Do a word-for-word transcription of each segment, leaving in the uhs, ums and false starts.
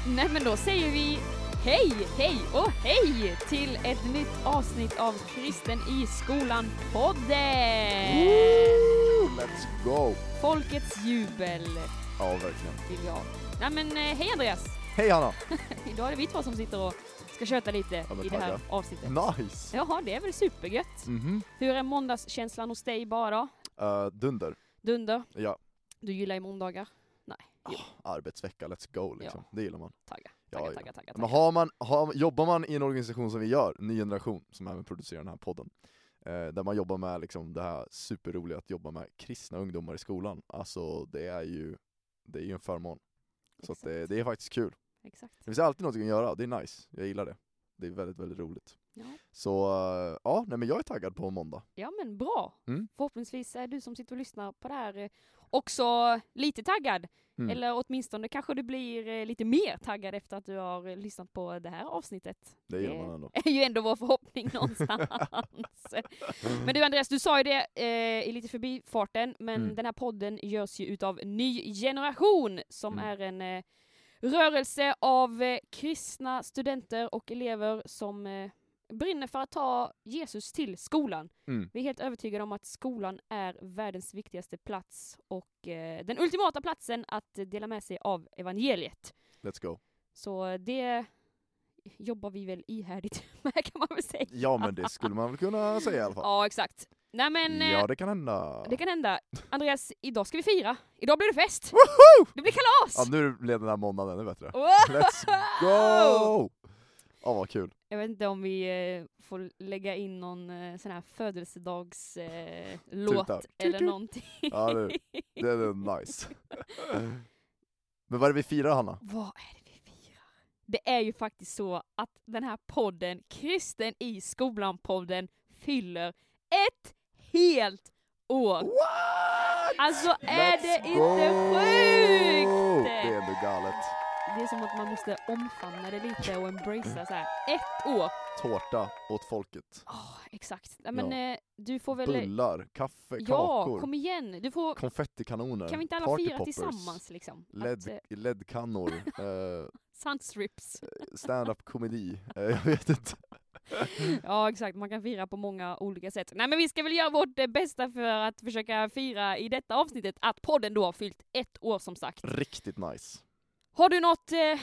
Nej, men då säger vi hej, hej och hej till ett nytt avsnitt av Kristen i skolan-podden. Woo, let's go! Folkets jubel. Ja, verkligen. Vill jag. Nej, men hej Andreas. Hej Hanna! Idag är det vi två som sitter och ska köta lite Ja, i det här avsnittet. Nice! Jaha, det är väl supergött. Mm-hmm. Hur är måndagskänslan hos dig bara? Uh, dunder. Dunder? Ja. Du gillar ju måndagar? Nej. Jo. Oh, arbetsvecka, let's go liksom. Ja. Det gillar man. Tagga, Ja, tagga, ja. tagga, tagga, Men har man, har, jobbar man i en organisation som vi gör, Ny Generation, som även producerar den här podden, eh, där man jobbar med liksom det här superroliga att jobba med kristna ungdomar i skolan. Alltså det är ju, det är ju en förmån. Så att det, det är faktiskt kul. Exakt. Det finns alltid något att göra, det är nice. Jag gillar det. Det är väldigt, väldigt roligt. Ja. Så uh, ja, nej, men jag är taggad på måndag. Ja, men bra. Mm. Förhoppningsvis är du som sitter och lyssnar på det här eh, också lite taggad. Mm. Eller åtminstone kanske du blir eh, lite mer taggad efter att du har eh, lyssnat på det här avsnittet. Det gör man ändå. Det är ju ändå vår förhoppning någonstans. Men du Andreas, du sa ju det eh, i lite förbifarten, men Mm. den här podden görs ju utav Ny Generation som Mm. är en eh, rörelse av eh, kristna studenter och elever som eh, brinner för att ta Jesus till skolan. Mm. Vi är helt övertygade om att skolan är världens viktigaste plats och eh, den ultimata platsen att dela med sig av evangeliet. Let's go. Så det jobbar vi väl ihärdigt med, kan man väl säga. Ja, men det skulle man väl kunna säga i alla fall. Ja, exakt. Nej, men eh, Ja, det kan hända. det kan hända. Andreas, idag ska vi fira. Idag blir det fest. Woho! Det blir kalas! Ja, nu blev den här måndagen ännu bättre. Wow! Let's go! Ja, vad kul. Jag vet inte om vi eh, får lägga in någon eh, sån här födelsedagslåt eh, låt Tutar. eller Tut. någonting. Ja, det, det är nice. Men vad är det vi firar, Hanna? Vad är det vi firar? Det är ju faktiskt så att den här podden, Kristen i skolan-podden, fyller ett helt år. What? Alltså, är Let's det go! inte sjukt? Det är ändå galet. Det är som att man måste omfamna det lite och embracea så här. Ett år. Tårta åt folket. Oh, exakt. Ja, men Ja. eh, du får väl... Bullar, kaffe, Ja, kakor, kom igen. Du får... konfettikanoner, Kan vi inte alla party fira poppers, tillsammans liksom? Att, LED, eh, LED-kannor, eh, sunstrips. stand-up komedi, eh, jag vet inte. Ja, exakt. Man kan fira på många olika sätt. Nej, men vi ska väl göra vårt eh, bästa för att försöka fira i detta avsnittet att podden då har fyllt ett år, som sagt. Riktigt nice. Har du något eh,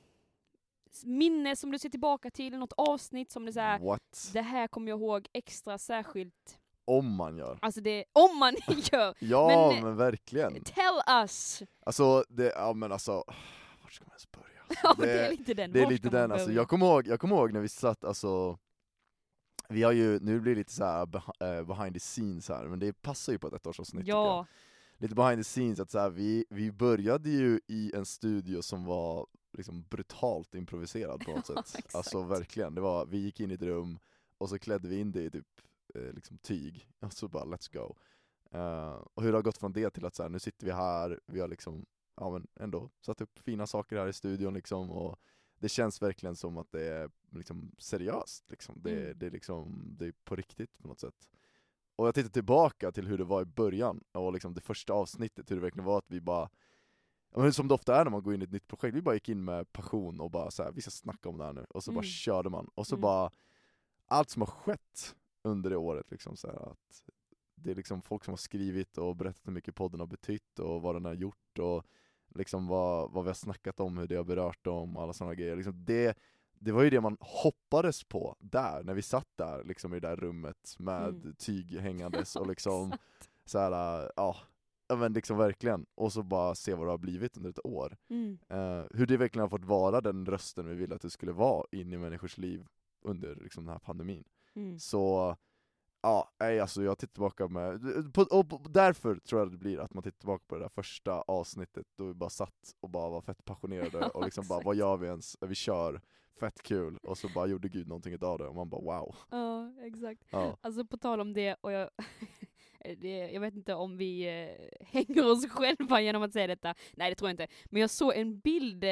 minne som du ser tillbaka till? Något avsnitt som du säger, What? det här kommer jag ihåg extra särskilt? Om man gör. Alltså det, om man gör. Ja, Men, men, verkligen. Tell us! Alltså, det, ja men alltså, vart ska man ens börja? Ja, Det- det är lite den. Det är Var lite ska man den, alltså. börja? Jag kommer ihåg, jag kommer ihåg när vi satt, alltså, vi har ju, nu blir det lite så här beh- eh, behind the scenes här, men det passar ju på ett ettårsavsnitt tycker jag. Ja, Lite behind the scenes, att så här, vi, vi började ju i en studio som var liksom brutalt improviserad på något Ja, sätt. exakt. Alltså verkligen, det var, vi gick in i ett rum och så klädde vi in det i typ eh, liksom tyg, och så bara let's go. Eh, och hur det har gått från det till att så här, nu sitter vi här, vi har liksom, ja men ändå satt upp fina saker här i studion liksom, och det känns verkligen som att det är liksom seriöst liksom. Det, Mm. det är liksom, det är på riktigt på något sätt. Och jag tittar tillbaka till hur det var i början, och liksom det första avsnittet, hur det verkligen var att vi bara, ja, men som det ofta är när man går in i ett nytt projekt, vi bara gick in med passion och bara så här, vi ska snacka om det här nu, och så Mm. bara körde man, och så Mm. bara allt som har skett under det året liksom, så här, att det är liksom folk som har skrivit och berättat hur mycket podden har betytt och vad den har gjort, och liksom vad, vad vi har snackat om, hur det har berört dem, alla sådana grejer liksom, det Det var ju det man hoppades på där, när vi satt där liksom i det där rummet med Mm. tyg hängandes och Ja, liksom exakt. så här, ja, ja men liksom verkligen, och så bara se vad det har blivit under ett år. Mm. Eh, hur det verkligen har fått vara den rösten vi ville att det skulle vara in i människors liv under liksom den här pandemin. Mm. Så ja, nej, alltså jag tittar tillbaka med, på, och på, därför tror jag det blir att man tittar tillbaka på det där första avsnittet då vi bara satt och bara var fett passionerade och liksom bara, Exakt. vad gör vi ens? Vi kör, fett kul, och så bara gjorde Gud någonting utav det och man bara wow. Ja, exakt. Ja. Alltså på tal om det, och jag, det, jag vet inte om vi eh, hänger oss själva genom att säga detta. Nej, det tror jag inte. Men jag såg en bild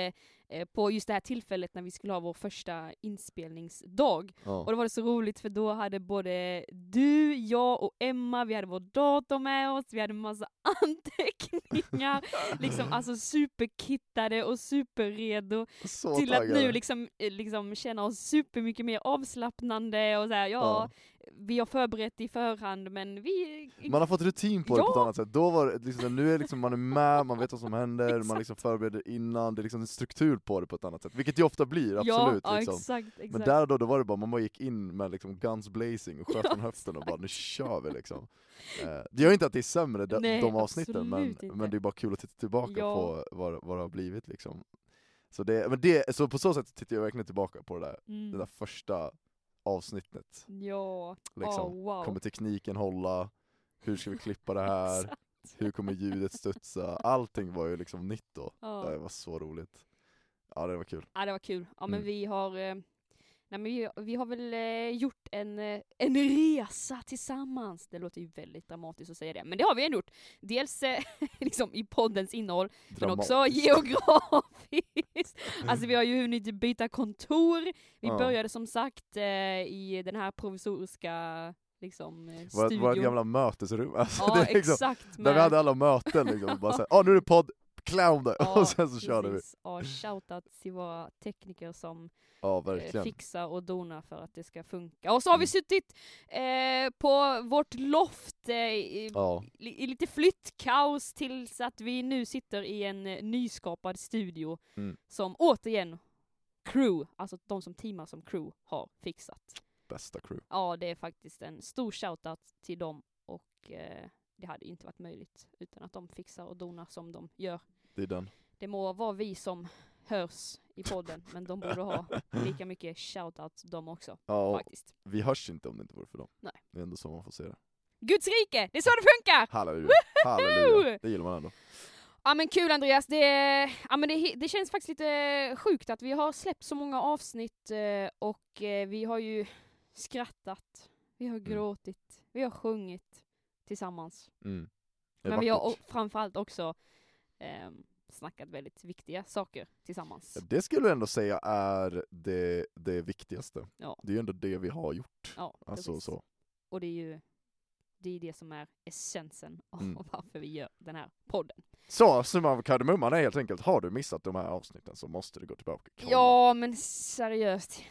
eh, på just det här tillfället när vi skulle ha vår första inspelningsdag. Ja. Och då var det så roligt för då hade både du, jag och Emma, vi hade vår dator med oss, vi hade massa anteckningar, liksom alltså superkittade och superredo Så till taggade. att nu liksom, eh, liksom känna oss supermycket mer avslappnande och så här, ja, Ja. vi har förberett i förhand men vi... Man har fått rutin på det på ett Ja. annat sätt. Då var det liksom, nu är liksom, man är med, man vet vad som händer, man Exakt. liksom förbereder innan, det är liksom en struktur på det på ett annat sätt. Vilket det ofta blir, absolut. ja, liksom. exakt, exakt. Men där och då, då var det bara, man bara gick in med liksom guns blazing och sköt Ja, från höften och bara, nu kör vi liksom. Eh, det gör inte att det är sämre, de, Nej, de avsnitten, men, absolut inte. men det är bara kul att titta tillbaka Ja. på vad, vad det har blivit liksom. Så, det, men det, så på så sätt tittar jag verkligen tillbaka på det där, Mm. det där första avsnittet. Ja, Liksom. oh, wow. Kommer tekniken hålla? Hur ska vi klippa det här? Exakt. Hur kommer ljudet studsa? Allting var ju liksom nytt då. Ja. Det var så roligt. Ja, det var kul. Ja, det var kul. Ja, men Mm. vi har... Eh, nej, men vi, vi har väl eh, gjort en, eh, en resa tillsammans. Det låter ju väldigt dramatiskt att säga det. Men det har vi ändå gjort. Dels eh, liksom i poddens innehåll, men också Dramatiskt. geografiskt. Alltså vi har ju hunnit byta kontor. Vi Ja. började som sagt eh, i den här provisoriska liksom, eh, Vårt, studion. vårt gamla mötesrum. Alltså, Ja, det är liksom, exakt. där vi med- hade alla möten liksom. Bara såhär, ah, nu är det podd, clown det! Ja, och sen så körde vi. precis. Ja, shoutout till våra tekniker som Ja, eh, verkligen. fixa och dona för att det ska funka. Och så har vi Mm. suttit eh, på vårt loft eh, i, Ja, i lite flyttkaos tills att vi nu sitter i en eh, nyskapad studio Mm. som återigen crew, alltså de som teamar som crew, har fixat. bästa crew. Ja, det är faktiskt en stor shoutout till dem och eh, det hade inte varit möjligt utan att de fixar och donar som de gör. Det är den. Det må vara vi som hörs i podden, men de borde ha lika mycket shoutout de också, Ja, och faktiskt. vi hörs inte om det inte vore för dem. Nej. Det är ändå så man får se det. Guds rike, det är så det funkar! Halleluja. Halleluja. Det gillar man ändå. Ja men kul Andreas, det, ja, men det, det känns faktiskt lite sjukt att vi har släppt så många avsnitt eh, och eh, vi har ju skrattat, vi har gråtit, vi har sjungit tillsammans. Mm. Det är Men vi har vackert. o- framförallt också eh, snackat väldigt viktiga saker tillsammans. Ja, det skulle jag ändå säga är det, det viktigaste. Ja. Det är ju ändå det vi har gjort. Ja, Alltså precis. så. Och det är ju det, är det som är essensen av Mm. varför vi gör den här podden. Så, summan av kardemumman är helt enkelt, har du missat de här avsnitten så måste du gå tillbaka och kolla. Ja, men seriöst.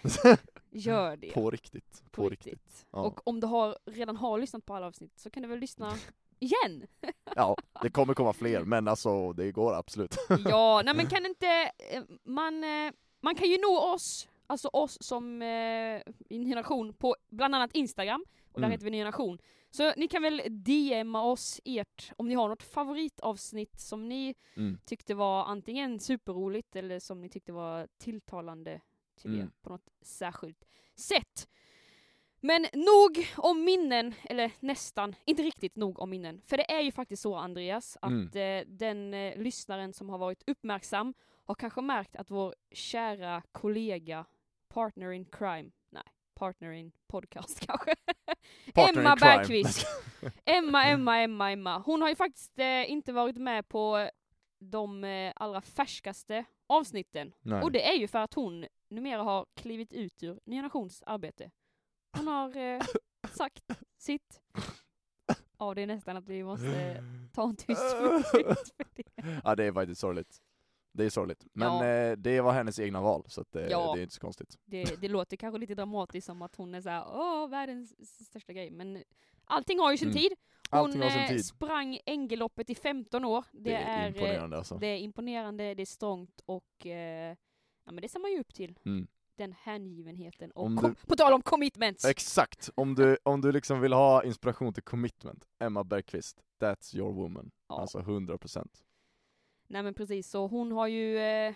Gör det. På riktigt. På, På riktigt. riktigt. Ja. Och om du har, redan har lyssnat på alla avsnitt så kan du väl lyssna igen? Ja, det kommer komma fler, men alltså det går absolut. Ja, nej men kan inte, eh, man, eh, man kan ju nå oss, alltså oss som eh, Ny Generation på bland annat Instagram, och där Mm. heter vi Ny Generation. Så ni kan väl D M:a oss ert, om ni har något favoritavsnitt som ni Mm. tyckte var antingen superroligt eller som ni tyckte var tilltalande till er Mm. på något särskilt sätt. Men nog om minnen, eller nästan, inte riktigt nog om minnen. För det är ju faktiskt så, Andreas, att Mm. eh, den eh, lyssnaren som har varit uppmärksam har kanske märkt att vår kära kollega, partner in crime, nej, partner in podcast kanske, Partner Emma in crime. Bergqvist. Emma, Emma, Emma, Emma. Hon har ju faktiskt eh, inte varit med på de eh, allra färskaste avsnitten. Nej. Och det är ju för att hon numera har klivit ut ur Ny Generations arbete. Hon har eh, sagt sitt. Ja, det är nästan att vi måste ta en tyst minut för det. Ja, det är faktiskt sorgligt. Det är sorgligt. Men Ja. eh, det var hennes egna val, så att, eh, Ja. det är inte så konstigt. Det, det låter kanske lite dramatiskt som att hon är så här, åh, världens största grej. Men allting har ju sin Mm. tid. Hon Allting har sin eh, tid. sprang Ängelloppet i femton år. Det, Det är är, imponerande alltså. Det är imponerande, det är strångt och eh, ja, men det ser man ju upp till. Mm. Den hängivenheten. Och Om kom, du- på tal om commitments. Exakt, om du, om du liksom vill ha inspiration till commitment, Emma Bergqvist, that's your woman. Ja. Alltså hundra procent. Nej men precis, så hon har ju eh,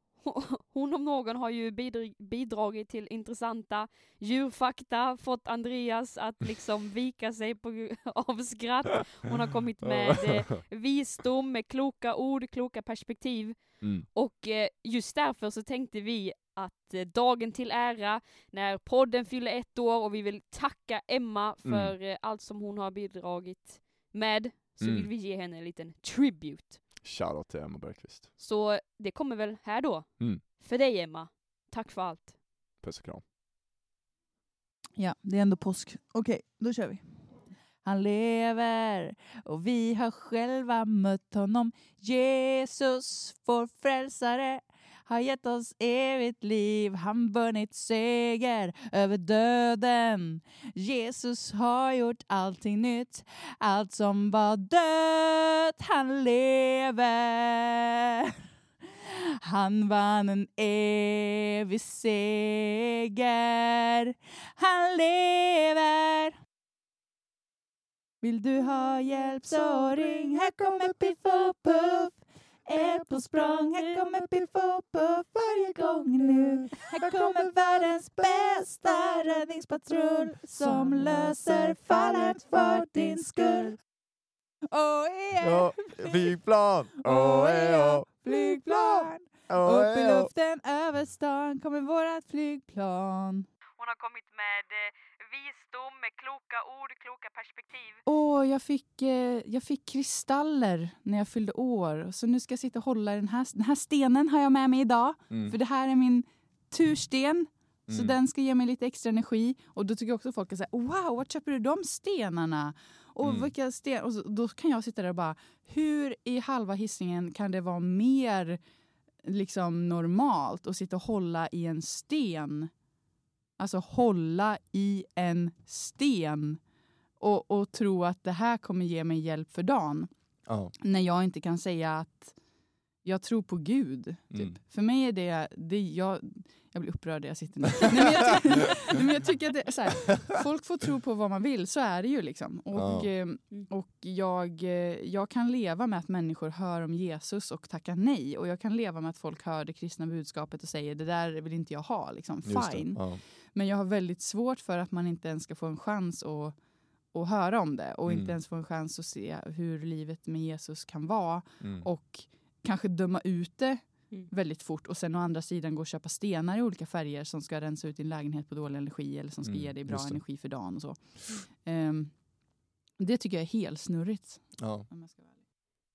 hon om någon har ju bidra- bidragit till intressanta djurfakta, fått Andreas att liksom vika sig på, av skratt. Hon har kommit med eh, visdom, med kloka ord, kloka perspektiv. Mm. Och eh, just därför så tänkte vi att eh, dagen till ära, när podden fyller ett år och vi vill tacka Emma för Mm. eh, allt som hon har bidragit med, så Mm. vill vi ge henne en liten tribute. Shoutout till Emma Bergqvist. Så det kommer väl här då. Mm. för dig, Emma. Tack för allt. Puss och kram. Ja, det är ändå påsk. Okej, då kör vi. Han lever och vi har själva mött honom. Jesus, vår frälsare, har gett oss evigt liv. Han vunnit seger över döden. Jesus har gjort allting nytt. Allt som var dött, han lever. Han vann en evig seger. Han lever. Vill du ha hjälp så ring. Här kommer Piff och Puff. Ett på språng. Här kommer Piff och Puff varje gång nu. Här kommer världens bästa räddningspatrull som löser fallet för din skull. Oh yeah. Ja, flygplan! Oh yeah. Oh, Flygplan. oh, Upp i oh. luften över stan kommer vårat flygplan. Hon har kommit med eh, visdom, med kloka ord, kloka perspektiv. Åh, jag fick, eh, jag fick kristaller när jag fyllde år. Så nu ska jag sitta och hålla den här. Den här stenen har jag med mig idag. Mm. För det här är min tursten. Så Mm. den ska ge mig lite extra energi. Och då tycker jag också folk är så här, wow, vad köper du de stenarna? Och Mm. vilka sten? Och så, då kan jag sitta där och bara, hur i halva Hisingen kan det vara mer liksom normalt att sitta och hålla i en sten? Alltså hålla i en sten och, och tro att det här kommer ge mig hjälp för dagen. Ja. När jag inte kan säga att jag tror på Gud. Typ. Mm. För mig är det, det jag, jag blir upprörd där jag sitter nu. Nej, men jag, ty- nej, men jag tycker att det är så här, folk får tro på vad man vill, så är det ju liksom. Och, Ja. eh, och jag, eh, jag kan leva med att människor hör om Jesus och tackar nej. Och jag kan leva med att folk hör det kristna budskapet och säger det där vill inte jag ha. Liksom. Just det. Fine. Ja. Men jag har väldigt svårt för att man inte ens ska få en chans att, att höra om det. Och Mm. inte ens få en chans att se hur livet med Jesus kan vara. Mm. Och kanske döma ut det Mm. väldigt fort. Och sen å andra sidan gå och köpa stenar i olika färger som ska rensa ut din lägenhet på dålig energi. Eller som ska Mm, ge dig bra just det. energi för dagen och så. Um, det tycker jag är helt snurrigt. Ja. Om jag ska vara ärlig.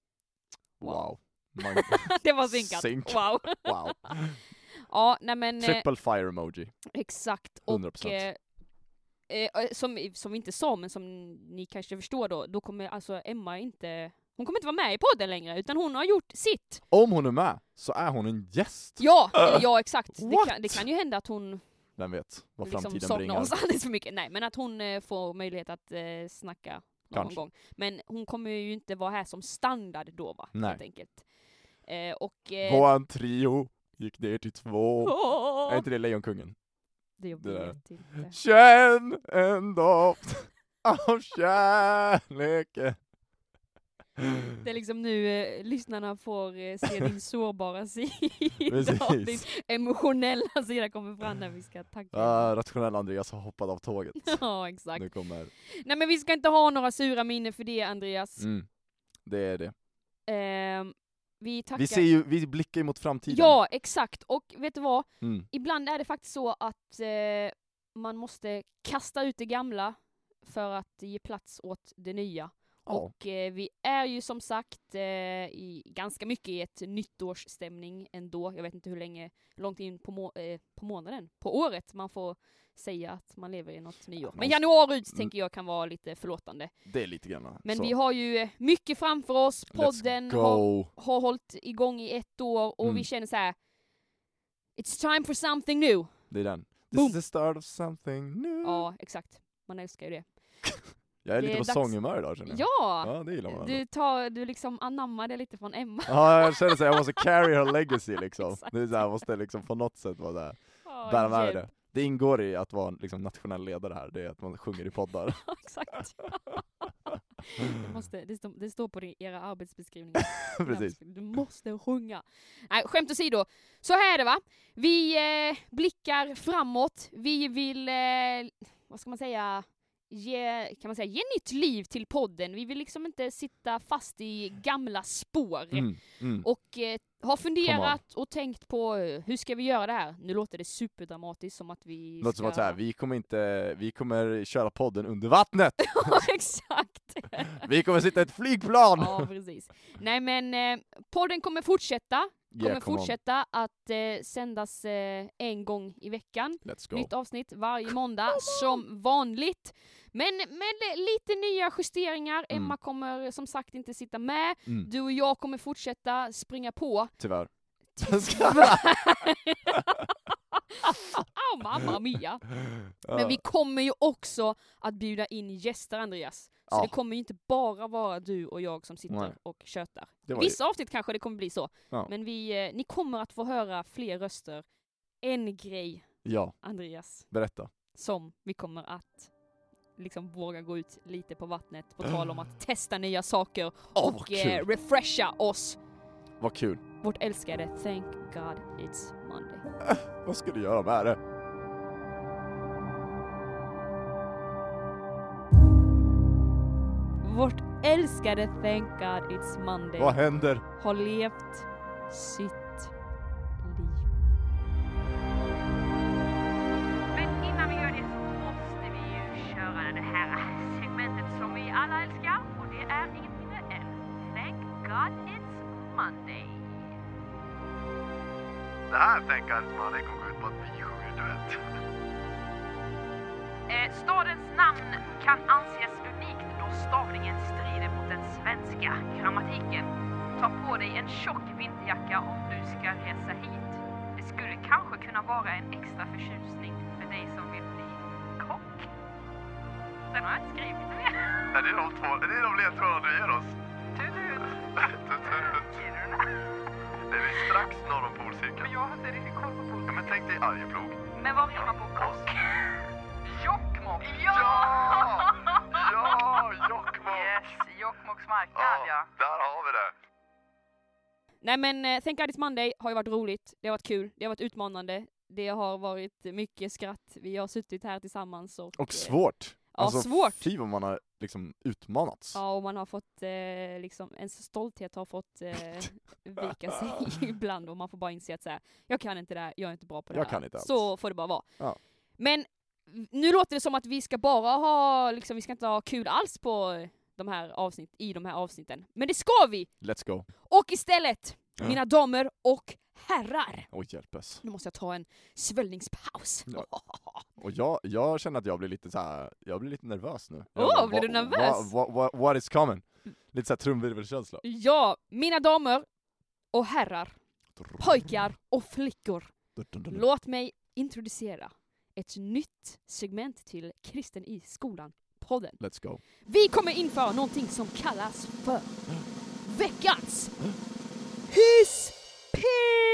Wow. Man- Det var synkat. Synk. Wow. Wow. Ja, nej men... eh, Triple fire emoji. Exakt. hundra Och procent. eh, eh, som, som vi inte sa, men som ni kanske förstår då, då kommer alltså Emma inte... Hon kommer inte vara med i podden längre, utan hon har gjort sitt. Om hon är med så är hon en gäst. Ja, eller ja exakt. Det What? kan, det kan ju hända att hon Vem vet vad liksom framtiden saknar bringar. oss alldeles för mycket. Nej, men att hon eh, får möjlighet att eh, snacka någon Kanske. gång. Men hon kommer ju inte vara här som standard då, va? Nej. Helt enkelt. Eh, och... Eh, På en trio gick ner till två. åh, Är inte det Lejonkungen? det det där. vet inte. Känn en doft av kärleken. Det är liksom nu eh, lyssnarna får eh, se din sårbara sida och din Precis. emotionella sida kommer fram när vi ska tacka. Ah, rationell Andreas har hoppat av tåget. Ja, exakt. Nu kommer... Nej, men vi ska inte ha några sura minnen för det, Andreas. Mm. Det är det. Ehm, vi tackar. Vi ser ju, vi blickar ju mot framtiden. Ja, exakt. Och vet du vad? Mm. Ibland är det faktiskt så att eh, man måste kasta ut det gamla för att ge plats åt det nya. Ja. Och eh, vi är ju som sagt eh, i ganska mycket i ett nyttårsstämning ändå. Jag vet inte hur länge, långt in på, må- eh, på månaden, på året man får säga att man lever i något nyår. Men januari Mm. tänker jag kan vara lite förlåtande. Det är lite grann Men så. vi har ju eh, mycket framför oss. Podden Let's har, go. har hållit igång i ett år och Mm. vi känner så här: it's time for something new. Det är den. This Boom. is the start of something new. Ja, exakt. Man älskar ju det. Jag är det lite är på dags- sånghumör idag känner jag. Ja! Ja, det gillar man ändå. Du, tar, du liksom anammar det lite från Emma. Ja, jag känner så här, jag måste carry her legacy liksom. Exakt. Det är så här, jag måste liksom på något sätt vara där. Ja, Bära med mig hjälp. det. Det ingår i att vara liksom nationell ledare här, det är att man sjunger i poddar. Ja, exakt. Det, måste, det, står, det står på din- era arbetsbeskrivningar. Precis. Du måste sjunga. Nej, skämt åsido. Så här är det, va? Vi eh, blickar framåt. Vi vill, eh, vad ska man säga, ge, kan man säga, ge nytt liv till podden. Vi vill liksom inte sitta fast i gamla spår. Mm, mm. Och eh, har funderat och tänkt på eh, hur ska vi göra det här? Nu låter det superdramatiskt som att vi Låter ska... som att så här, vi kommer inte, vi kommer köra podden under vattnet. Ja, exakt. Vi kommer sitta i ett flygplan. Ja, precis. Nej, men eh, podden kommer fortsätta. Yeah, kommer come on. fortsätta att eh, sändas eh, en gång i veckan. Let's go. Nytt avsnitt varje måndag som vanligt. Men med lite nya justeringar. Mm. Emma kommer som sagt inte sitta med. Mm. Du och jag kommer fortsätta springa på. Tyvärr. Åh, mamma mia. Ja. Men vi kommer ju också att bjuda in gäster, Andreas. Så Ja. det kommer ju inte bara vara du och jag som sitter Nej. och tjötar. Det var ju- Vissa avsnitt kanske det kommer bli så. Ja. Men vi, eh, ni kommer att få höra fler röster. En grej, Ja, Andreas, berätta. som vi kommer att liksom våga gå ut lite på vattnet på tal om att testa nya saker Åh, vad och kul. eh, refresha oss. Vad kul. Vårt älskade Thank God It's Monday. Vad ska du göra med det? Vårt älskade Thank God It's Monday Vad händer? har levt sitt liv. Men innan vi gör det så måste vi ju köra det här segmentet som vi alla älskar. Och det är inget mindre än Thank God It's Monday. Det här tänker jag att man det kommer ut på att vi sjunger duett. Eh, stadens namn kan anses unikt då stavningen strider mot den svenska grammatiken. Ta på dig en tjock vinterjacka om du ska resa hit. Det skulle kanske kunna vara en extra förtjusning för dig som vill bli kock. Sen har jag inte skrivit mer. Är det de två, är det de ledtrådarna du ger oss? Tutut. Kiruna. Är vi strax norr om polcirkeln? Men jag har inte riktigt koll på polska. Ja, men tänk dig Arjeplog. Men vad rimmar på kock? Jokkmokk! Ja! Ja, Jokkmokk! Yes, Jokkmokks marknad, ja. Där har vi det. Nej men uh, Thank God It's Monday har ju varit roligt, det har varit kul, det har varit utmanande, det har varit mycket skratt, vi har suttit här tillsammans och... Och svårt. Ja, alltså, svårt. Fy vad man har liksom utmanats. Ja, och man har fått, eh, liksom, ens stolthet har fått eh, vika sig ibland och man får bara inse att så här, jag kan inte det här, jag är inte bra på det Jag här. kan inte allt. Så får det bara vara. Ja. Men nu låter det som att vi ska bara ha, liksom, vi ska inte ha kul alls på de här avsnitt, i de här avsnitten. Men det ska vi! Let's go. Och istället, mina damer och herrar, Oj, hjälpes. nu måste jag ta en svällningspaus. Ja. Och jag, jag känner att jag blir lite så här, jag blir lite nervös nu. Åh, Jag bara, blir du "What- nervös?" What, what, what is coming? Lite så här trumvirvelkänsla. Ja, mina damer och herrar, pojkar och flickor. Låt mig introducera ett nytt segment till Kristen i skolan-podden. Let's go. Vi kommer införa någonting som kallas för veckans hisspitch!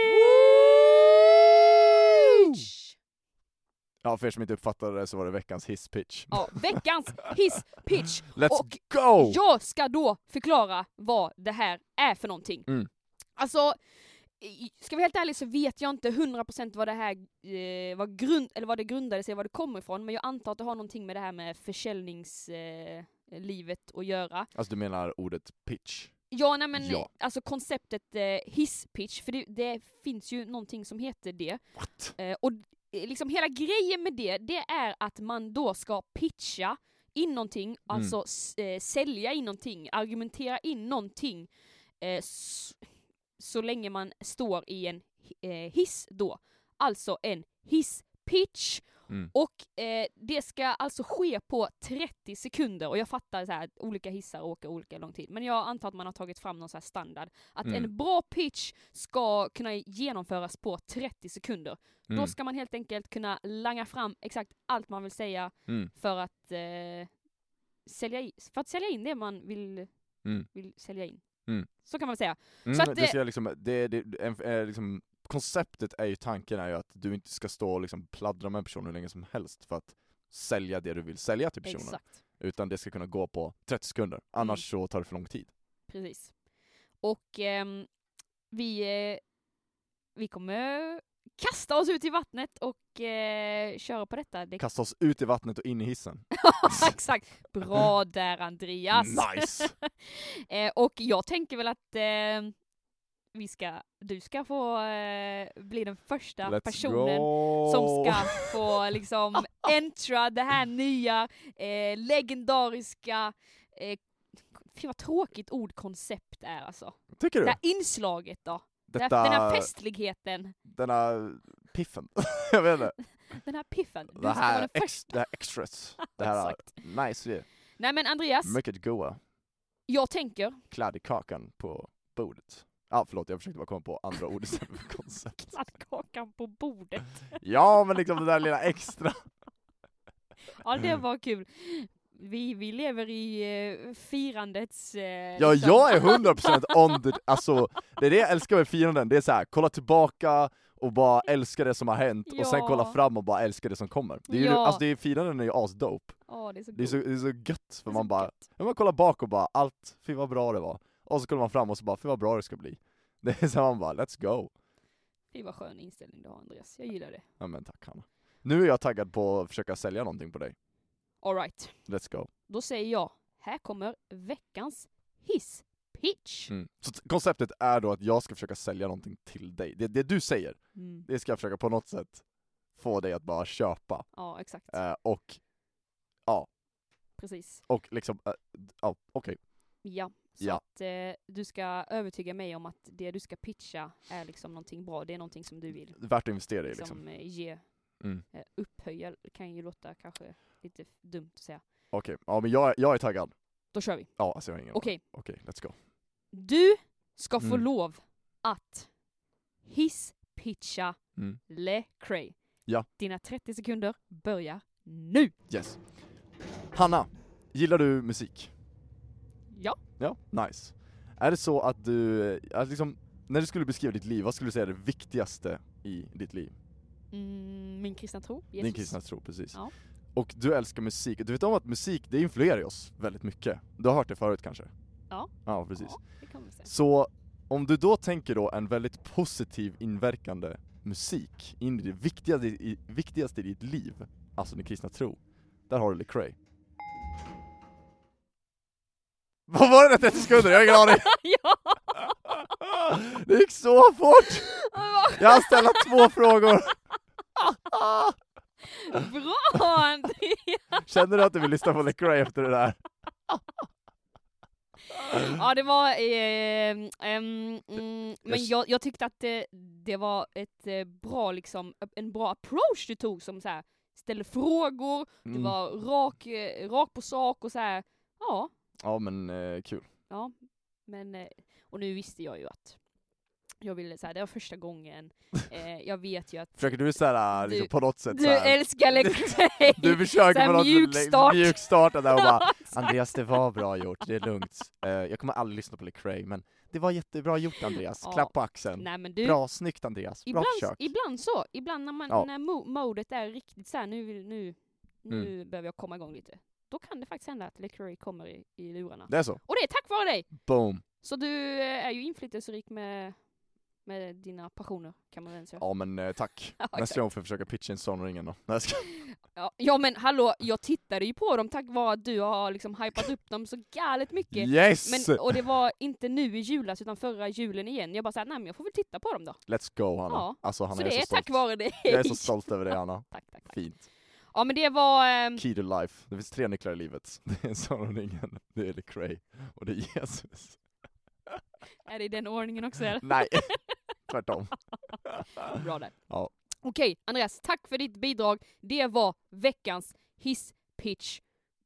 Ja, för er som inte uppfattade det så var det veckans hisspitch. Ja, veckans hisspitch. Let's Och go! jag ska då förklara vad det här är för någonting. Mm. Alltså, i- ska vi helt ärligt så vet jag inte hundra procent vad det här eh, vad, grund, eller vad det grundade sig, vad det kommer ifrån, men jag antar att det har någonting med det här med försäljningslivet eh, livet att göra. Alltså du menar ordet pitch? Ja, nej men Ja. alltså konceptet eh, hisspitch, för det, det finns ju någonting som heter det. What? Eh, och eh, liksom hela grejen med det, det är att man då ska pitcha in någonting, Mm. alltså s- eh, sälja in någonting, argumentera in någonting, eh, s- så länge man står i en eh, hiss då. Alltså en hisspitch. Mm. Och eh, det ska alltså ske på trettio sekunder, och jag fattar så här att olika hissar åker olika lång tid, men jag antar att man har tagit fram någon så här standard att Mm. en bra pitch ska kunna genomföras på trettio sekunder. Mm. Då ska man helt enkelt kunna langa fram exakt allt man vill säga Mm. för att eh, sälja in, för att sälja in det man vill, Mm. vill sälja in. Mm. Så kan man säga. Mm, Så att det det- ska liksom, det, det, en, eh, liksom, konceptet är ju, tanken är ju att du inte ska stå och liksom pladdra med en person hur länge som helst för att sälja det du vill sälja till personen. Exakt. Utan det ska kunna gå på trettio sekunder, annars så tar det för lång tid. Precis. Och ehm, vi, eh, vi kommer kasta oss ut i vattnet och eh, köra på detta. Det... Kasta oss ut i vattnet och in i hissen. Exakt. Bra där, Andreas. Nice! eh, och jag tänker väl att eh, vi ska, du ska få eh, bli den första Let's personen go! som ska få liksom entra det här nya eh, legendariska eh, fy vad tråkigt ordkoncept är alltså. Tycker Det du? här inslaget då. Detta, Den här festligheten. denna piffen. Jag vet inte. Den här piffen. Du Det ska vara här, den ex, första. det här extras. Det här Exakt. är nice ju. Nej men Andreas, Mycket goa. jag tänker Kladdkakan på bordet. Ja, ah, förlåt, jag försökte bara komma på andra ord istället för koncept. kladdkakan på bordet. Ja, men liksom det där lilla extra. Ja, det var kul. Vi, vi lever i eh, firandets... Eh, Ja, liksom- jag är hundra procent on the... Alltså, det är det jag älskar med firanden. Det är så här, kolla tillbaka och bara älska det som har hänt. Och sen Ja. kolla fram och bara älska det som kommer. Det är ju, Ja. alltså det är, firanden är ju asdope. Åh, det är så, Det är så, god. det är så gött, för Det är man så bara... gött. Ja, man kollar bak och bara, allt, fy vad bra det var. Och så kollar man fram och så bara, fy vad bra det ska bli. Det är så man bara, let's go. Fy vad skön inställning du har Andreas, jag gillar det. Ja men tack Hanna. Nu är jag taggad på att försöka sälja någonting på dig. All right. Let's go. Då säger jag, här kommer veckans hisspitch. Mm. Så t- konceptet är då att jag ska försöka sälja någonting till dig. Det, det du säger, Mm. det ska jag försöka på något sätt få dig att bara köpa. Ja, exakt. Eh, och, ja, Precis. och liksom, eh, ja, okej. Ja. Så Ja. att eh, du ska övertyga mig om att det du ska pitcha är liksom någonting bra. Det är någonting som du vill Värt att investera i liksom, liksom. eh, ge, Mm. eh, upphöja. Det kan ju låta kanske lite f- dumt att säga. Okej, ja men jag, jag är taggad. Då kör vi. Ja, alltså jag har ingen Okej. Okej, let's go. Du ska få Mm. lov att hisspitcha Mm. Lecrae. Ja. Dina trettio sekunder börjar nu. Yes. Hanna, gillar du musik? Ja. Ja, nice. Är det så att du, att liksom, när du skulle beskriva ditt liv, vad skulle du säga är det viktigaste i ditt liv? Mm, min kristna tro. Jesus. Din kristna tro, precis. Ja. Och du älskar musik. Du vet om att musik, det influerar ju oss väldigt mycket. Du har hört det förut kanske? Ja. Ja, precis. Ja, det kan man säga. Så om du då tänker då en väldigt positiv inverkande musik in i det viktigaste i, viktigaste i ditt liv, alltså din kristna tro, där har du Lecrae. Vad var det där trettio sekunder? Jag har ingen aning. Ja! Det gick så fort! Jag har ställt två frågor. Bra Andreas! Känner du att du vill lyssna på Lecrae efter det där? Ja det var, eh, ehm, mm, men Yes. jag, jag tyckte att det, det var ett eh, bra liksom, en bra approach du tog som så här ställde frågor, Mm. det var rak, eh, rak på sak och så här. Ja, Ja men eh, kul. ja, men eh, och nu visste jag ju att jag ville så här, det var första gången, eh, jag vet ju att Försöker du såhär, liksom, Du- på något sätt du såhär, älskar Lecrae! du försöker så här på något mjukstart. sätt mjukstarta där och bara Exakt. Andreas, det var bra gjort, det är lugnt. Eh, jag kommer aldrig lyssna på Lecrae, men det var jättebra gjort Andreas. Ja. Klapp på axeln. Nej men du, Bra, snyggt Andreas. Bra ibland, försök. ibland så, ibland när, man, Ja. när mo- modet är riktigt så här, nu, vill- nu, nu Mm. behöver jag komma igång lite. Då kan det faktiskt hända att Lecrae kommer i, i lurarna. Det är så. Och det är tack vare dig! Boom. Så du eh, är ju inflytelserik med, med dina passioner, kan man väl säga. Ja men eh, tack. Ja, Nästa exakt. gång får jag försöka pitcha in Sagan-ringen då. Nej, jag ska... Ja, ja men hallå, jag tittade ju på dem tack vare att du har liksom hypat upp dem så galet mycket. Yes! Men, och det var inte nu i julas utan förra julen igen. Jag bara såhär, nej men jag får väl titta på dem då. Let's go Hanna. Ja. Alltså Hanna, Så jag det är är så tack stolt. vare dig. Jag är så stolt över dig Hanna. Tack, tack, tack. Fint. Ja men det var... ehm, Key to life. Det finns tre nycklar i livet. Det är Sagan-ringen, det är Lecrae och det är Jesus. är det i den ordningen också eller? Nej, tvärtom. Bra där. Ja. Okej, Andreas, tack för ditt bidrag. Det var veckans hisspitch.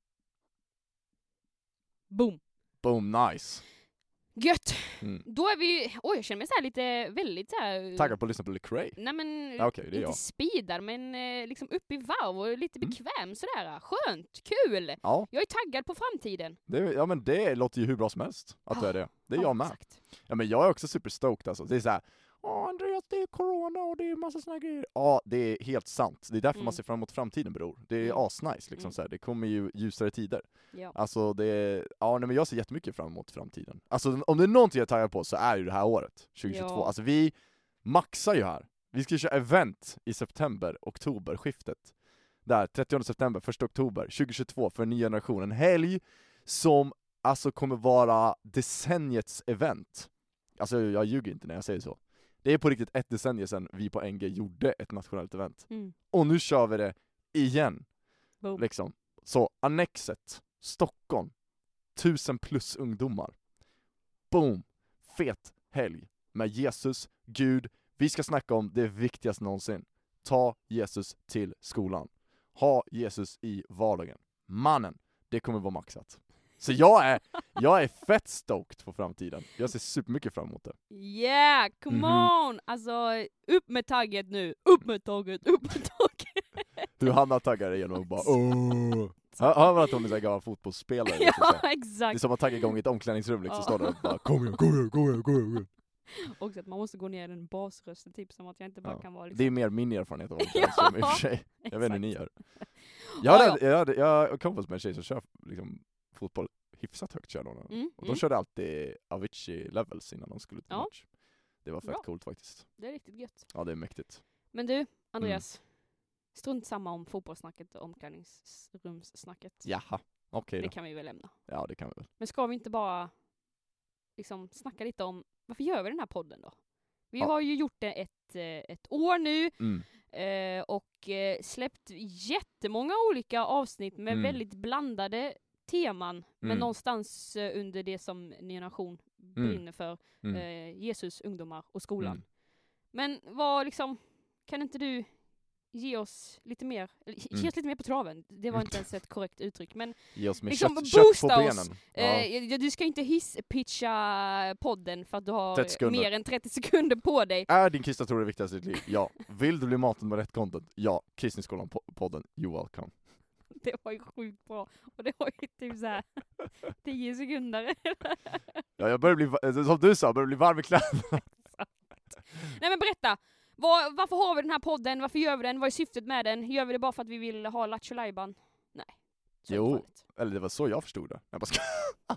Boom. Boom, nice. Gött! Mm. Då är vi... Oj, jag känner mig så här lite, väldigt så här... Taggad på att lyssna på Lecrae. Nej men, Ja, okej, det är inte jag. speedar, men eh, liksom upp i varv och lite Mm. bekväm sådär. Skönt, kul! Ja, Jag är taggad på framtiden. det, ja men det låter ju hur bra som helst att du är det. Det är Ja, jag med. Exakt. Ja men jag är också superstoked alltså. Det är så här. Åh Andreas, det är corona och det är massa såna grejer. Ja, det är helt sant. Det är därför Mm. man ser fram emot framtiden, bror. Det är Mm. asnice liksom Mm. så här. Det kommer ju ljusare tider. Ja. Alltså det är, ja nej, men jag ser jättemycket fram emot framtiden. Alltså om det är någonting jag är taggad på så är det det här året, tjugohundratjugotvå. Ja. Alltså vi maxar ju här. Vi ska köra event i september, oktober, skiftet. Där, trettionde september, första oktober, tjugohundratjugotvå för en ny generation. En helg som alltså kommer vara decenniets event. Alltså jag ljuger inte när jag säger så. Det är på riktigt ett decennium sedan vi på N G gjorde ett nationellt event. Mm. Och nu kör vi det igen. Boom. Liksom. Så Annexet, Stockholm, tusen plus ungdomar. Boom! Fet helg med Jesus, Gud. Vi ska snacka om det viktigaste någonsin. Ta Jesus till skolan. Ha Jesus i vardagen. Mannen, det kommer vara maxat. Så jag är, jag är fett stoked på framtiden. Jag ser supermycket fram emot det. Yeah, come Mhm. on! Alltså, upp med tagget nu. Upp med tagget, upp med tagget. Hur Hanna taggar igenom och bara åh. Hör hör man att hon är så här gammal fotbollsspelare? Liksom, så Ja, här. Det är exakt. som att tagga igång i ett omklädningsrum liksom, Ja. står där och bara kom igen, kom igen, kom igen, kom igen. Också att man måste gå ner i den basrösten, typ som att jag inte bara Ja. kan vara liksom... Det är mer min erfarenhet av omklädningsrum i och för sig. Jag vet inte hur ni Exakt. gör. Jag Ja, hade, jag hade, jag har kompis med en tjej som kör liksom, fotboll hyfsat högt kör hon. Mm, Och de mm. körde alltid Avicii levels innan de skulle till Ja. match. Det var fett Bra. coolt faktiskt. Det är riktigt gött. Ja, det är mäktigt. Men du, Andreas. Mm. Strunt samma om fotbollssnacket och omklädningsrumssnacket. Jaha, okej Det då. kan vi väl lämna. Ja, det kan vi väl. Men ska vi inte bara liksom snacka lite om varför gör vi den här podden då? Vi Ja. har ju gjort det ett, eh, ett år nu Mm. eh, och eh, släppt jättemånga olika avsnitt med Mm. väldigt blandade teman. Men Mm. någonstans eh, under det som Ny Nation brinner för. Mm. Eh, Jesus, ungdomar och skolan. Mm. Men vad liksom, kan inte du ge oss lite mer, eller, ge Mm. oss lite mer på traven? Det var inte ens ett korrekt uttryck, men Ge oss med liksom kött, kött på boosta oss. benen. Ja. eh, du ska inte hisspitcha podden för att du har trettio sekunder. mer än trettio sekunder på dig. Är din kristna tro det viktigaste i ditt liv? Ja. Vill du bli matad med rätt content? Ja. Kristniskolan-podden, you welcome. Det var ju sjukt bra. Och det var ju typ såhär tio sekunder. Ja, jag börjar bli, va- som du sa, jag börjar bli varm i kläderna. Nej men berätta, var, varför har vi den här podden? Varför gör vi den? Vad är syftet med den? Gör vi det bara för att vi vill ha Lattjo Lajban? Nej. Så är Jo. det farligt. Eller det var så jag förstod det. Jag bara ska...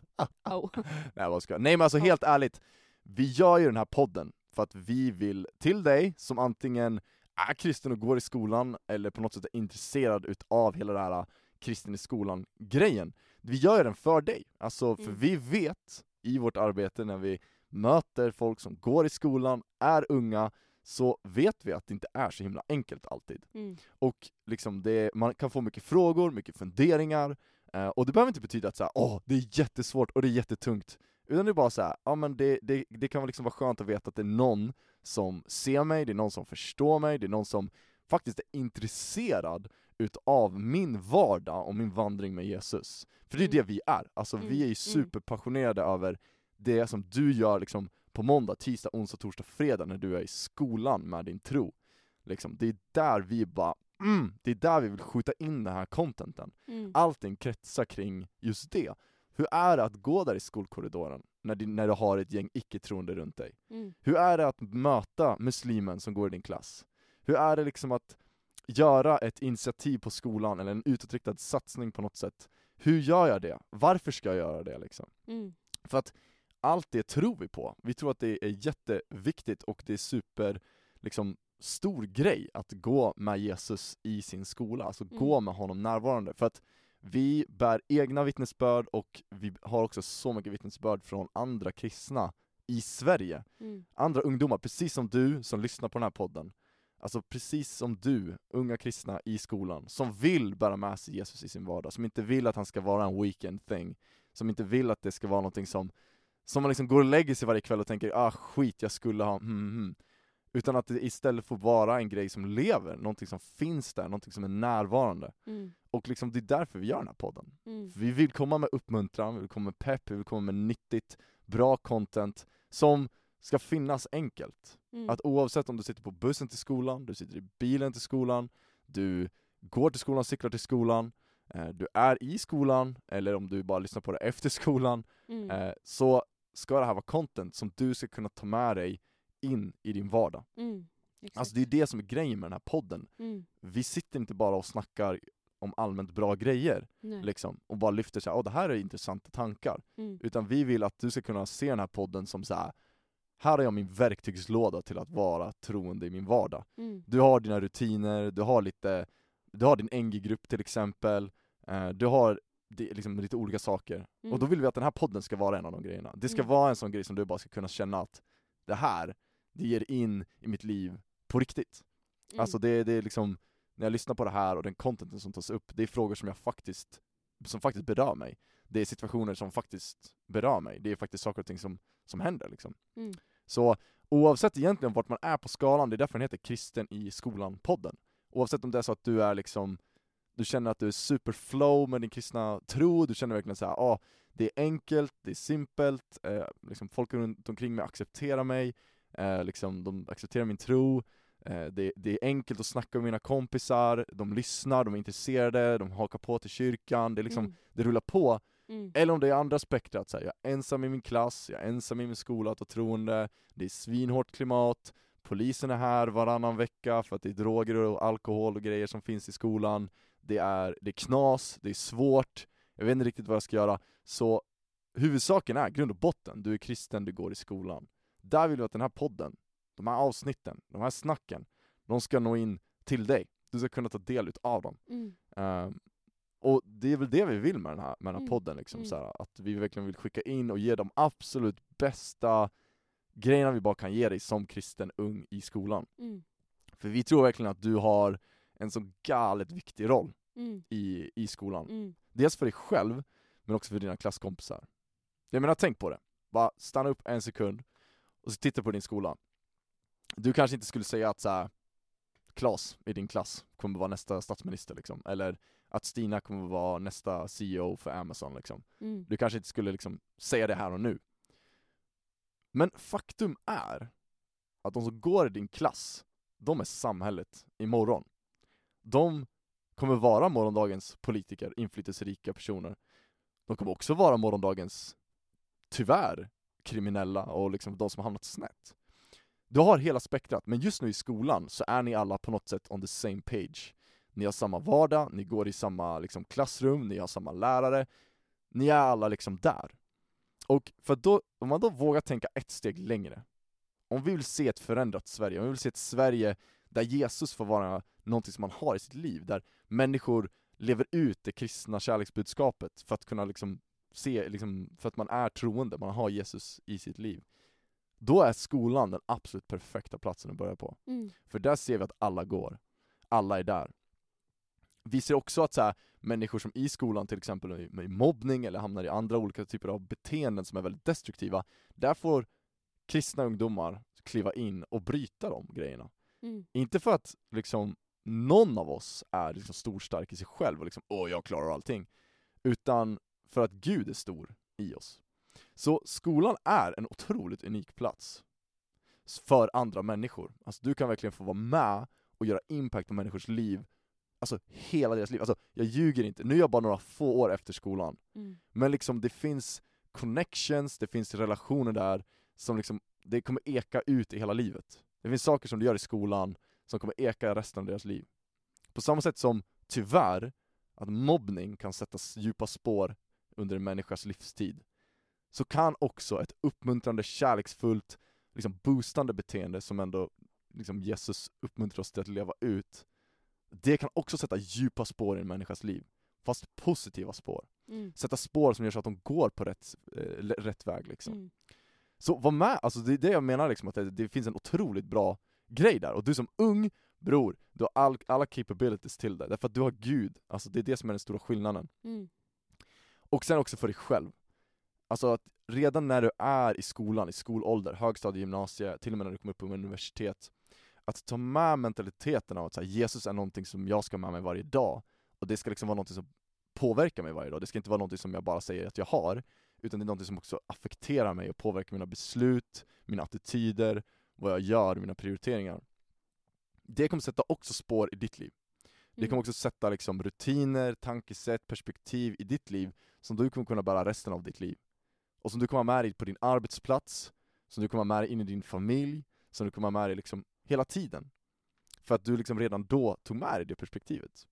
Oh. Nej, jag bara ska. Nej men alltså helt ärligt, vi gör ju den här podden för att vi vill till dig som antingen är kristen och går i skolan eller på något sätt är intresserad utav hela det här kristen i skolan-grejen. Vi gör ju den för dig. Alltså, för Mm. vi vet i vårt arbete när vi möter folk som går i skolan, är unga, så vet vi att det inte är så himla enkelt alltid. Mm. Och liksom det, man kan få mycket frågor, mycket funderingar. Eh, och det behöver inte betyda att så här, åh, det är jättesvårt och det är jättetungt. Utan det är bara så här, ja men det, det, det kan liksom vara skönt att veta att det är någon som ser mig, det är någon som förstår mig, det är någon som faktiskt är intresserad utav min vardag och min vandring med Jesus. För det är Mm. det vi är. Alltså Mm, vi är ju mm. superpassionerade över det som du gör liksom på måndag, tisdag, onsdag, torsdag, fredag när du är i skolan med din tro. Liksom, det är där vi bara, mm, det är där vi vill skjuta in den här contenten. Mm. Allting kretsar kring just det. Hur är det att gå där i skolkorridoren när du, när du har ett gäng icke-troende runt dig? Mm. Hur är det att möta muslimen som går i din klass? Hur är det liksom att göra ett initiativ på skolan eller en utåtriktad satsning på något sätt? Hur gör jag det? Varför ska jag göra det liksom? Mm. För att allt det tror vi på. Vi tror att det är jätteviktigt och det är super liksom stor grej att gå med Jesus i sin skola, alltså Mm. gå med honom närvarande. För att vi bär egna vittnesbörd och vi har också så mycket vittnesbörd från andra kristna i Sverige. Mm. Andra ungdomar, precis som du som lyssnar på den här podden. Alltså precis som du, unga kristna i skolan, som vill bära med sig Jesus i sin vardag, som inte vill att han ska vara en weekend thing, som inte vill att det ska vara någonting som, som man liksom går och lägger sig varje kväll och tänker, ah skit, jag skulle ha, hmm, hmm. Utan att det istället får vara en grej som lever, någonting som finns där, någonting som är närvarande. Mm. Och liksom det är därför vi gör den här podden. Mm. För vi vill komma med uppmuntran, vi vill komma med pepp, vi vill komma med nyttigt, bra content som ska finnas enkelt. Mm. Att oavsett om du sitter på bussen till skolan, du sitter i bilen till skolan, du går till skolan, cyklar till skolan, eh, du är i skolan, eller om du bara lyssnar på det efter skolan, Mm. eh, så ska det här vara content som du ska kunna ta med dig in i din vardag. Mm. Exakt. Alltså det är det som är grejen med den här podden. Mm. Vi sitter inte bara och snackar om allmänt bra grejer Nej. liksom, och bara lyfter så här, åh det här är intressanta tankar. Mm. Utan vi vill att du ska kunna se den här podden som så här. Här har jag min verktygslåda till att vara troende i min vardag. Mm. Du har dina rutiner, du har lite, du har din N G-grupp till exempel, eh, du har det, liksom, lite olika saker. Mm. Och då vill vi att den här podden ska vara en av de grejerna. Det ska Mm. vara en sån grej som du bara ska kunna känna att det här, det ger in i mitt liv på riktigt. Mm. Alltså det, det är liksom, när jag lyssnar på det här och den contenten som tas upp, det är frågor som jag faktiskt, som faktiskt berör mig. Det är situationer som faktiskt berör mig. Det är faktiskt saker och ting som, som händer liksom. Mm. Så oavsett egentligen vart man är på skalan, det är därför den heter Kristen i skolan-podden. Oavsett om det är så att du är liksom, du känner att du är superflow med din kristna tro, du känner verkligen så här, ah, det är enkelt, det är simpelt, eh, liksom folk runt omkring mig accepterar mig, eh, liksom de accepterar min tro, eh, det, det är enkelt att snacka med mina kompisar, de lyssnar, de är intresserade, de hakar på till kyrkan, det är liksom, Mm. det rullar på. Mm. Eller om det är andra spektrat, så här, jag är ensam i min klass, jag är ensam i min skola att troende, det är svinhårt klimat, polisen är här varannan vecka för att det är droger och alkohol och grejer som finns i skolan, det är, det är knas, det är svårt, jag vet inte riktigt vad jag ska göra. Så huvudsaken är, grund och botten, du är kristen, du går i skolan. Där vill vi att den här podden, de här avsnitten, de här snacken, de ska nå in till dig. Du ska kunna ta del av dem. Mm. Um, och det är väl det vi vill med den här, med den här Mm. podden. Liksom, Mm. så här, att vi verkligen vill skicka in och ge de absolut bästa grejerna vi bara kan ge dig som kristen ung i skolan. Mm. För vi tror verkligen att du har en så galet viktig roll Mm. i, i skolan. Mm. Dels för dig själv, men också för dina klasskompisar. Jag menar, tänk på det. Bara stanna upp en sekund och så titta på din skola. Du kanske inte skulle säga att så här, Klas i din klass kommer vara nästa statsminister liksom. Eller att Stina kommer vara nästa C E O för Amazon liksom. Mm. Du kanske inte skulle liksom säga det här och nu. Men faktum är att de som går i din klass, de är samhället imorgon. De kommer vara morgondagens politiker, inflytelserika personer. De kommer också vara morgondagens, tyvärr, kriminella och liksom de som har hamnat snett. Du har hela spektrat, men just nu i skolan så är ni alla på något sätt on the same page. Ni har samma vardag, ni går i samma liksom, klassrum, ni har samma lärare. Ni är alla liksom där. Och för då, om man då vågar tänka ett steg längre, om vi vill se ett förändrat Sverige, om vi vill se ett Sverige där Jesus får vara någonting som man har i sitt liv, där människor lever ut det kristna kärleksbudskapet för att kunna liksom se, liksom, för att man är troende, man har Jesus i sitt liv. Då är skolan den absolut perfekta platsen att börja på. Mm. För där ser vi att alla går. Alla är där. Vi ser också att så här, människor som i skolan till exempel med mobbning eller hamnar i andra olika typer av beteenden som är väldigt destruktiva, där får kristna ungdomar kliva in och bryta de grejerna. Mm. Inte för att liksom någon av oss är liksom storstark i sig själv och liksom, åh jag klarar allting, utan för att Gud är stor i oss. Så skolan är en otroligt unik plats för andra människor. Alltså du kan verkligen få vara med och göra impact på människors liv, alltså hela deras liv. Alltså jag ljuger inte, nu är jag bara några få år efter skolan. Mm. Men liksom det finns connections, det finns relationer där som liksom, det kommer eka ut i hela livet. Det finns saker som du gör i skolan som kommer eka resten av deras liv. På samma sätt som, tyvärr, att mobbning kan sätta djupa spår under en människas livstid, så kan också ett uppmuntrande, kärleksfullt, liksom boostande beteende som ändå liksom Jesus uppmuntrar oss till att leva ut, det kan också sätta djupa spår i en människas liv. Fast positiva spår. Mm. Sätta spår som gör så att de går på rätt, eh, rätt väg liksom. Mm. Så var med, alltså det är det jag menar liksom, att det, det finns en otroligt bra grej där. Och du som ung, bror, du har all, alla capabilities till det. Därför att du har Gud, alltså det är det som är den stora skillnaden. Mm. Och sen också för dig själv. Alltså att redan när du är i skolan, i skolålder, högstadie, gymnasie, till och med när du kommer upp på universitet, att ta med mentaliteten av att så här, Jesus är någonting som jag ska med mig varje dag. Och det ska liksom vara någonting som påverkar mig varje dag. Det ska inte vara någonting som jag bara säger att jag har, utan det är någonting som också affekterar mig och påverkar mina beslut, mina attityder, vad jag gör, mina prioriteringar. Det kommer sätta också spår i ditt liv. Det kommer också sätta liksom rutiner, tankesätt, perspektiv i ditt liv som du kommer kunna bära resten av ditt liv. Och som du kommer ha med dig på din arbetsplats, som du kommer ha med dig in i din familj, som du kommer ha med dig liksom hela tiden. För att du liksom redan då tog med dig det perspektivet.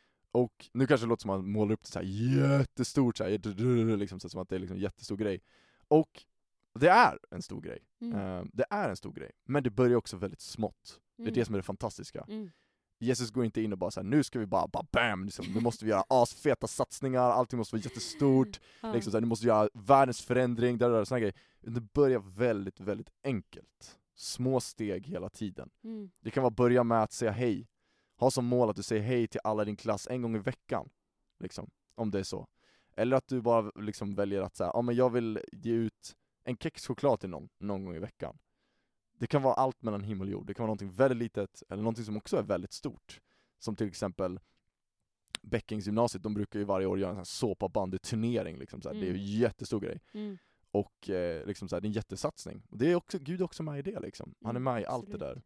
Och nu kanske det låter som att man målar upp det så här jättestort, så här, liksom, så som att det är liksom en jättestor grej. Och det är en stor grej. Mm. Uh, det är en stor grej. Men det börjar också väldigt smått. Det är Mm. det som är det fantastiska. Mm. Jesus går inte in och bara så här, nu ska vi bara, bara bam, liksom, nu måste vi göra asfeta satsningar, allting måste vara jättestort, Ja. liksom, så här, nu måste vi göra världens förändring, där, där, såna grejer. Det börjar väldigt, väldigt enkelt. Små steg hela tiden. Mm. Det kan vara börja med att säga hej. Ha som mål att du säger hej till alla i din klass en gång i veckan. Liksom, om det är så. Eller att du bara liksom väljer att säga, ja men jag vill ge ut en kexchoklad till någon, någon gång i veckan. Det kan vara allt mellan himmel och jord. Det kan vara någonting väldigt litet eller någonting som också är väldigt stort. Som till exempel Bäckingsgymnasiet, de brukar ju varje år göra en sån här såpabandy-turnering. Liksom, så här. Mm. Det är ju en jättestor grej. Mm. Och eh, liksom, så här, det är en jättesatsning. Och det är också, Gud är också med i det. Liksom. Han är med mm, i allt det där.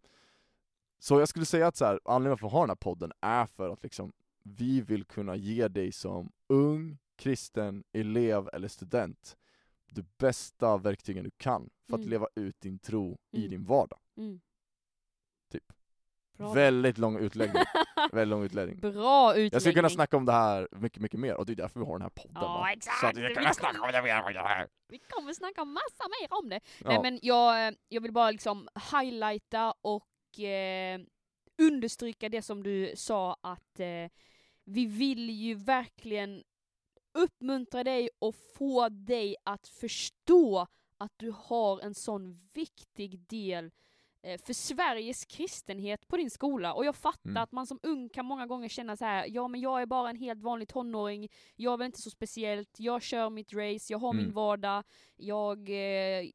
Så jag skulle säga att så här, anledningen för att ha den här podden är för att liksom, vi vill kunna ge dig som ung, kristen, elev eller student det bästa verktygen du kan för att mm. leva ut din tro mm. i din vardag. Mm. Typ. Bra. Väldigt lång utläggning. Väldigt lång utläggning. Bra utläggning. Jag skulle kunna snacka om det här mycket, mycket mer. Och det är därför vi har den här podden. Ja, va? exakt. Så att vi kan snacka om det mer. Vi kommer snacka massa mer om det. Ja. Nej, men jag, jag vill bara liksom highlighta och eh, understryka det som du sa att eh, vi vill ju verkligen uppmuntra dig och få dig att förstå att du har en sån viktig del eh, för Sveriges kristenhet på din skola. Och jag fattar mm. att man som ung kan många gånger känna så här: ja men jag är bara en helt vanlig tonåring, jag är väl inte så speciellt, jag kör mitt race, jag har mm. min vardag, jag eh,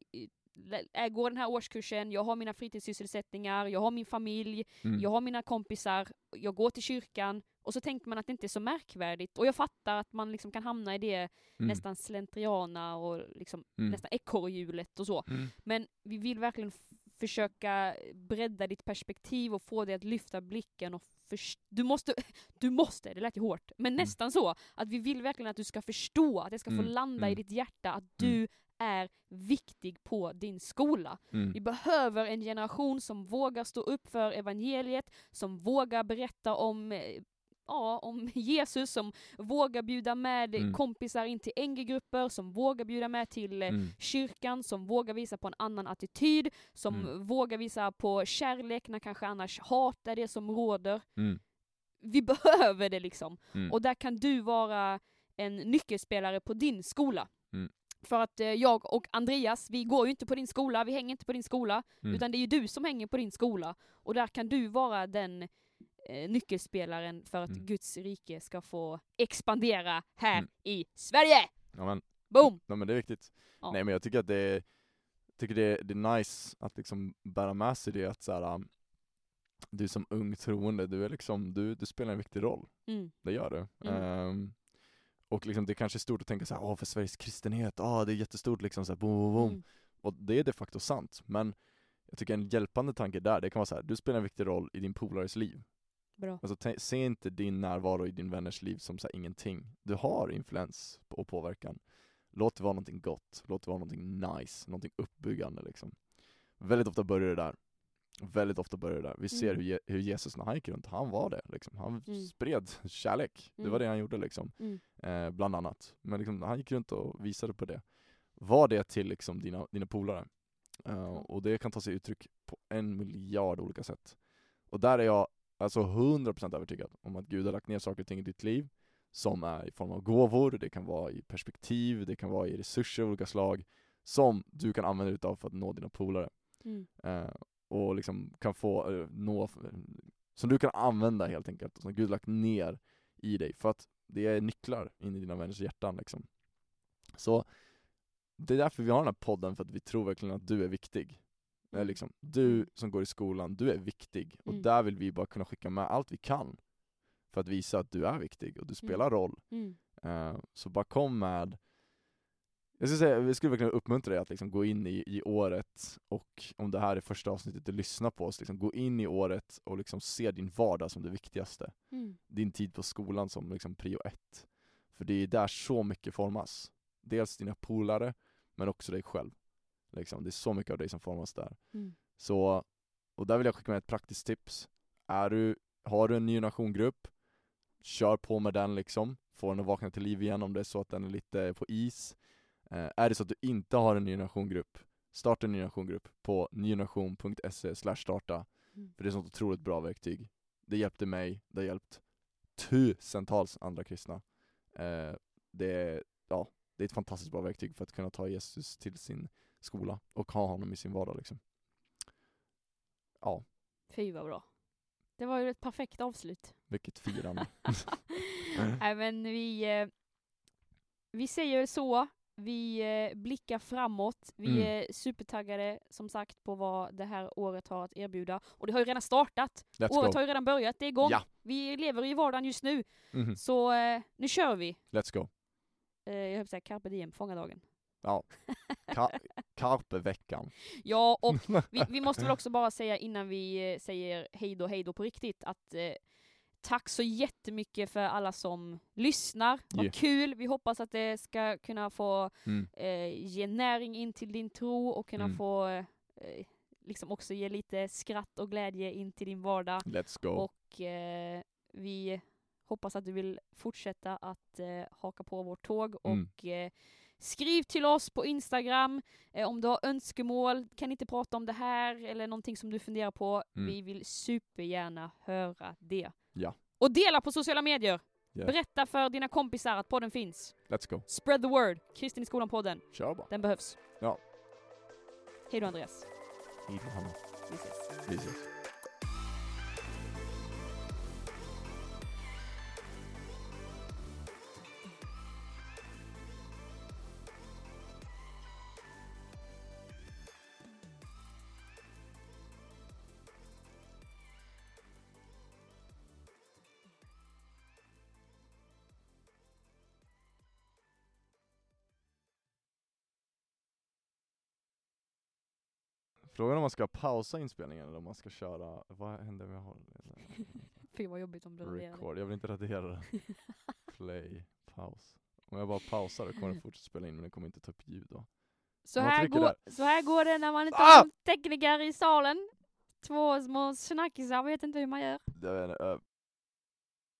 jag går den här årskursen, jag har mina fritidssysselsättningar, jag har min familj, mm. jag har mina kompisar, jag går till kyrkan, och så tänker man att det inte är så märkvärdigt. Och jag fattar att man liksom kan hamna i det mm. nästan slentriana och liksom mm. nästan ekorrhjulet och så. Mm. Men vi vill verkligen f- försöka bredda ditt perspektiv och få dig att lyfta blicken och först- du måste, du måste, det lät ju hårt, men mm. nästan så, att vi vill verkligen att du ska förstå, att det ska mm. få landa mm. i ditt hjärta, att du mm. är viktig på din skola. Mm. Vi behöver en generation som vågar stå upp för evangeliet, som vågar berätta om ja, om Jesus, som vågar bjuda med mm. kompisar in till N G-grupper, som vågar bjuda med till mm. kyrkan, som vågar visa på en annan attityd, som mm. vågar visa på kärlek när kanske annars hat är det som råder. Mm. Vi behöver det liksom. Mm. Och där kan du vara en nyckelspelare på din skola. Mm. För att eh, jag och Andreas, vi går ju inte på din skola, vi hänger inte på din skola, mm. utan det är ju du som hänger på din skola. Och där kan du vara den eh, nyckelspelaren för att mm. Guds rike ska få expandera här mm. i Sverige. Ja, men, boom! Ja, men det är viktigt. Ja. Nej, men jag tycker att det är, tycker det är, det är nice att liksom bära med sig det, att så här, um, du som ung troende, du är liksom, du, du spelar en viktig roll. Mm. Det gör du. Mm. Um, Och liksom det är kanske stort att tänka så här, åh, för Sveriges kristenhet, ah, det är jättestort liksom så här, boom, boom, boom. Mm. Och det är de facto sant. Men jag tycker en hjälpande tanke där, det kan vara så här, du spelar en viktig roll i din polares liv. Bra. Alltså t- se inte din närvaro i din vänners liv som så här, ingenting. Du har influens och påverkan. Låt det vara någonting gott, låt det vara någonting nice, någonting uppbyggande liksom. Väldigt ofta börjar det där. Väldigt ofta börjar det där. Vi ser mm. hur, Je- hur Jesus när han gick runt, han var det liksom. Han mm. spred kärlek. Mm. Det var det han gjorde liksom. Mm. Eh, bland annat. Men liksom, han gick runt och visade på det. Var det till liksom dina, dina polare. Uh, mm. Och det kan ta sig uttryck på en miljard olika sätt. Och där är jag alltså hundra procent övertygad om att Gud har lagt ner saker och ting i ditt liv som är i form av gåvor, det kan vara i perspektiv, det kan vara i resurser av olika slag som du kan använda dig av för att nå dina polare. Mm. Uh, och liksom kan få uh, nå, som du kan använda helt enkelt, som Gud lagt ner i dig, för att det är nycklar in i dina vänners hjärtan liksom. Så det är därför vi har den här podden, för att vi tror verkligen att du är viktig. Mm. Liksom, du som går i skolan, du är viktig. Och mm. där vill vi bara kunna skicka med allt vi kan för att visa att du är viktig och du spelar mm. roll. Mm. Uh, så bara kom med. Jag skulle säga, vi skulle verkligen uppmuntra dig att liksom gå in i, i året, och om det här är första avsnittet du lyssnar på oss, liksom gå in i året och liksom se din vardag som det viktigaste. Mm. Din tid på skolan som liksom prio ett. För det är där så mycket formas. Dels dina polare, men också dig själv. Liksom, det är så mycket av dig som formas där. Mm. Så, och där vill jag skicka med ett praktiskt tips. Är du, har du en ny generationgrupp, kör på med den liksom. Få den att vakna till liv igen om det är så att den är lite på is. Eh, är det så att du inte har en ny generationgrupp, starta en ny generationgrupp på nygeneration punkt se slash starta. Mm. För det är ett sånt otroligt bra verktyg. Det hjälpte mig, det har hjälpt tusentals andra kristna. Eh, det, är, ja, det är ett fantastiskt bra verktyg för att kunna ta Jesus till sin skola och ha honom i sin vardag liksom. Ja. Fy vad bra. Det var ju ett perfekt avslut. Vilket firande. Nej, men vi, eh, vi säger så Vi eh, blickar framåt. Vi Mm. är supertaggade som sagt på vad det här året har att erbjuda. Och det har ju redan startat. Let's Året go. har ju redan börjat. Det är igång. Ja. Vi lever i vardagen just nu. Mhm. Så eh, nu kör vi. Let's go. Eh, jag höll på att säga carpe diem, fångadagen. Ja. Ka- Karpe-veckan. Ja, och vi, vi måste väl också bara säga innan vi eh, säger hej då, hej då på riktigt att eh, tack så jättemycket för alla som lyssnar. Vad Yeah. kul! Vi hoppas att det ska kunna få Mm. eh, ge näring in till din tro och kunna Mm. få eh, liksom också ge lite skratt och glädje in till din vardag. Let's go. Och eh, vi hoppas att du vill fortsätta att eh, haka på vårt tåg Mm. och eh, skriv till oss på Instagram eh, om du har önskemål, kan inte prata om det här eller någonting som du funderar på. Mm. Vi vill supergärna höra det. Ja. Och dela på sociala medier. Yeah. Berätta för dina kompisar att podden finns. Let's go. Spread the word. Kristin i skolan-podden. Kör bara. Den behövs. Ja. Hej då Andreas. Hej då, Hanna. Vi ses. Vi ses. Frågan om man ska pausa inspelningen eller om man ska köra. Vad händer om jag har Fy vad jobbigt om du raderar record? Jag vill inte radera det. Play, paus. Om jag bara pausar då kommer den fortsätta spela in men den kommer inte ta upp ljud då. Så Man här, trycker går, där. så här går det när man inte Ah! har en tekniker i salen. Två små snackisar, vet inte hur man gör. Jag vet inte, äh,